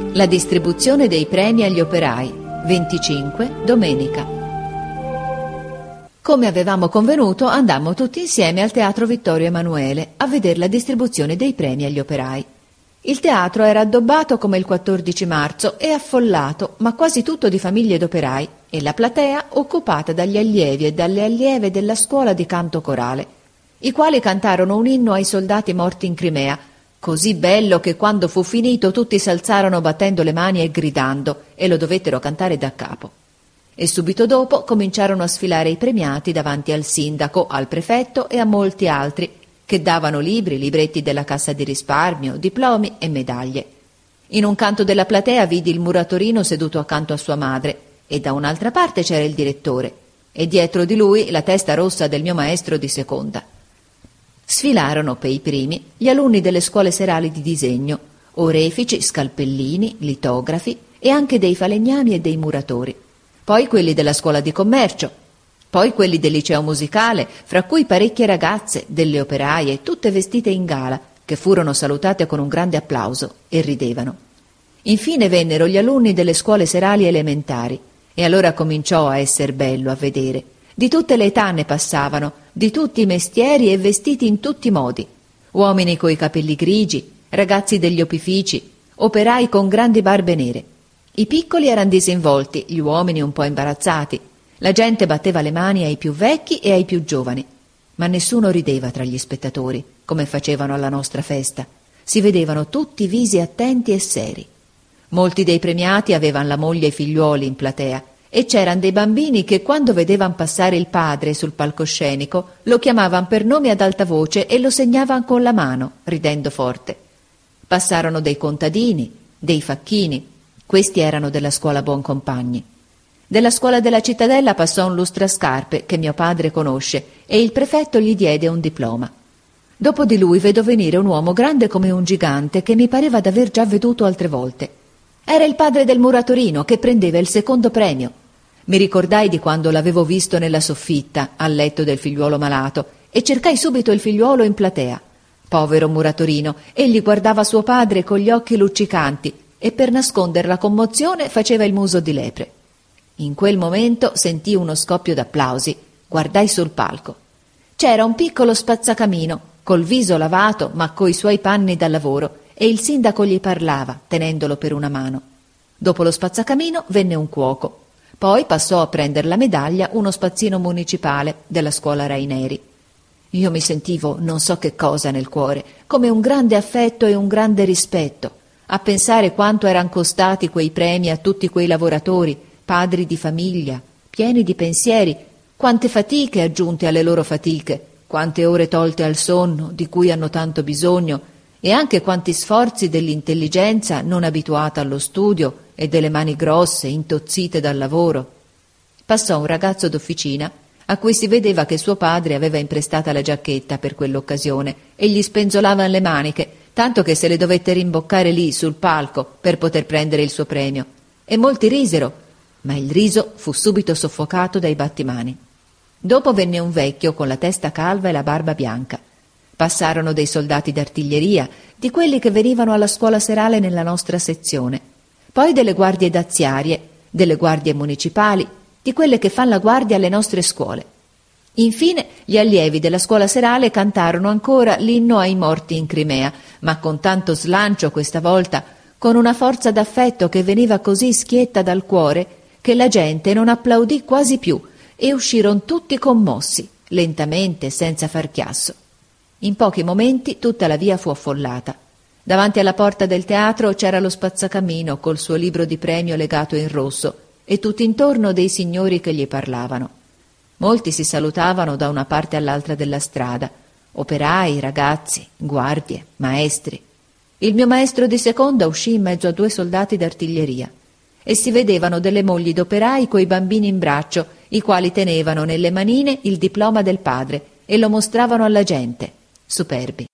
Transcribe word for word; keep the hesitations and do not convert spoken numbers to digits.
La distribuzione dei premi agli operai. venticinque, domenica. Come avevamo convenuto, andammo tutti insieme al Teatro Vittorio Emanuele a vedere la distribuzione dei premi agli operai. Il teatro era addobbato come il quattordici marzo e affollato, ma quasi tutto di famiglie d'operai, e la platea occupata dagli allievi e dalle allieve della scuola di canto corale, i quali cantarono un inno ai soldati morti in Crimea, così bello che quando fu finito tutti s'alzarono battendo le mani e gridando, e lo dovettero cantare da capo. E subito dopo cominciarono a sfilare i premiati davanti al sindaco, al prefetto e a molti altri, che davano libri, libretti della Cassa di Risparmio, diplomi e medaglie. In un canto della platea vidi il muratorino seduto accanto a sua madre, e da un'altra parte c'era il direttore, e dietro di lui la testa rossa del mio maestro di seconda. Sfilarono per i primi gli alunni delle scuole serali di disegno, orefici, scalpellini, litografi e anche dei falegnami e dei muratori. Poi quelli della scuola di commercio, poi quelli del liceo musicale, fra cui parecchie ragazze, delle operaie, tutte vestite in gala, che furono salutate con un grande applauso e ridevano. Infine vennero gli alunni delle scuole serali elementari, e allora cominciò a esser bello a vedere. Di tutte le età ne passavano, di tutti i mestieri e vestiti in tutti i modi. Uomini coi capelli grigi, ragazzi degli opifici, operai con grandi barbe nere. I piccoli eran disinvolti, gli uomini un po' imbarazzati. La gente batteva le mani ai più vecchi e ai più giovani. Ma nessuno rideva tra gli spettatori, come facevano alla nostra festa. Si vedevano tutti visi attenti e seri. Molti dei premiati avevan la moglie e i figliuoli in platea, e c'eran dei bambini che quando vedevan passare il padre sul palcoscenico lo chiamavan per nome ad alta voce e lo segnavan con la mano, ridendo forte. Passarono dei contadini, dei facchini. Questi erano della scuola Buoncompagni. Della scuola della cittadella passò un lustrascarpe che mio padre conosce e il prefetto gli diede un diploma. Dopo di lui vedo venire un uomo grande come un gigante che mi pareva d'aver già veduto altre volte. Era il padre del muratorino che prendeva il secondo premio. Mi ricordai di quando l'avevo visto nella soffitta, al letto del figliuolo malato, e cercai subito il figliuolo in platea. Povero muratorino, egli guardava suo padre con gli occhi luccicanti e per nascondere la commozione faceva il muso di lepre. In quel momento sentii uno scoppio d'applausi, guardai sul palco. C'era un piccolo spazzacamino, col viso lavato ma coi suoi panni da lavoro, e il sindaco gli parlava, tenendolo per una mano. Dopo lo spazzacamino venne un cuoco. Poi passò a prendere la medaglia uno spazzino municipale della scuola Raineri. Io mi sentivo non so che cosa nel cuore, come un grande affetto e un grande rispetto, a pensare quanto eran costati quei premi a tutti quei lavoratori, padri di famiglia, pieni di pensieri, quante fatiche aggiunte alle loro fatiche, quante ore tolte al sonno di cui hanno tanto bisogno, e anche quanti sforzi dell'intelligenza non abituata allo studio e delle mani grosse, intozzite dal lavoro. Passò un ragazzo d'officina a cui si vedeva che suo padre aveva imprestata la giacchetta per quell'occasione e gli spenzolavano le maniche, tanto che se le dovette rimboccare lì sul palco per poter prendere il suo premio. E molti risero, ma il riso fu subito soffocato dai battimani. Dopo venne un vecchio con la testa calva e la barba bianca. Passarono dei soldati d'artiglieria, di quelli che venivano alla scuola serale nella nostra sezione, poi delle guardie daziarie, delle guardie municipali, di quelle che fan la guardia alle nostre scuole. Infine gli allievi della scuola serale cantarono ancora l'inno ai morti in Crimea, ma con tanto slancio questa volta, con una forza d'affetto che veniva così schietta dal cuore, che la gente non applaudì quasi più e uscirono tutti commossi, lentamente, senza far chiasso. In pochi momenti tutta la via fu affollata. Davanti alla porta del teatro c'era lo spazzacamino col suo libro di premio legato in rosso e tutt'intorno dei signori che gli parlavano. Molti si salutavano da una parte all'altra della strada, operai, ragazzi, guardie, maestri. Il mio maestro di seconda uscì in mezzo a due soldati d'artiglieria e si vedevano delle mogli d'operai coi bambini in braccio, i quali tenevano nelle manine il diploma del padre e lo mostravano alla gente. Superbi.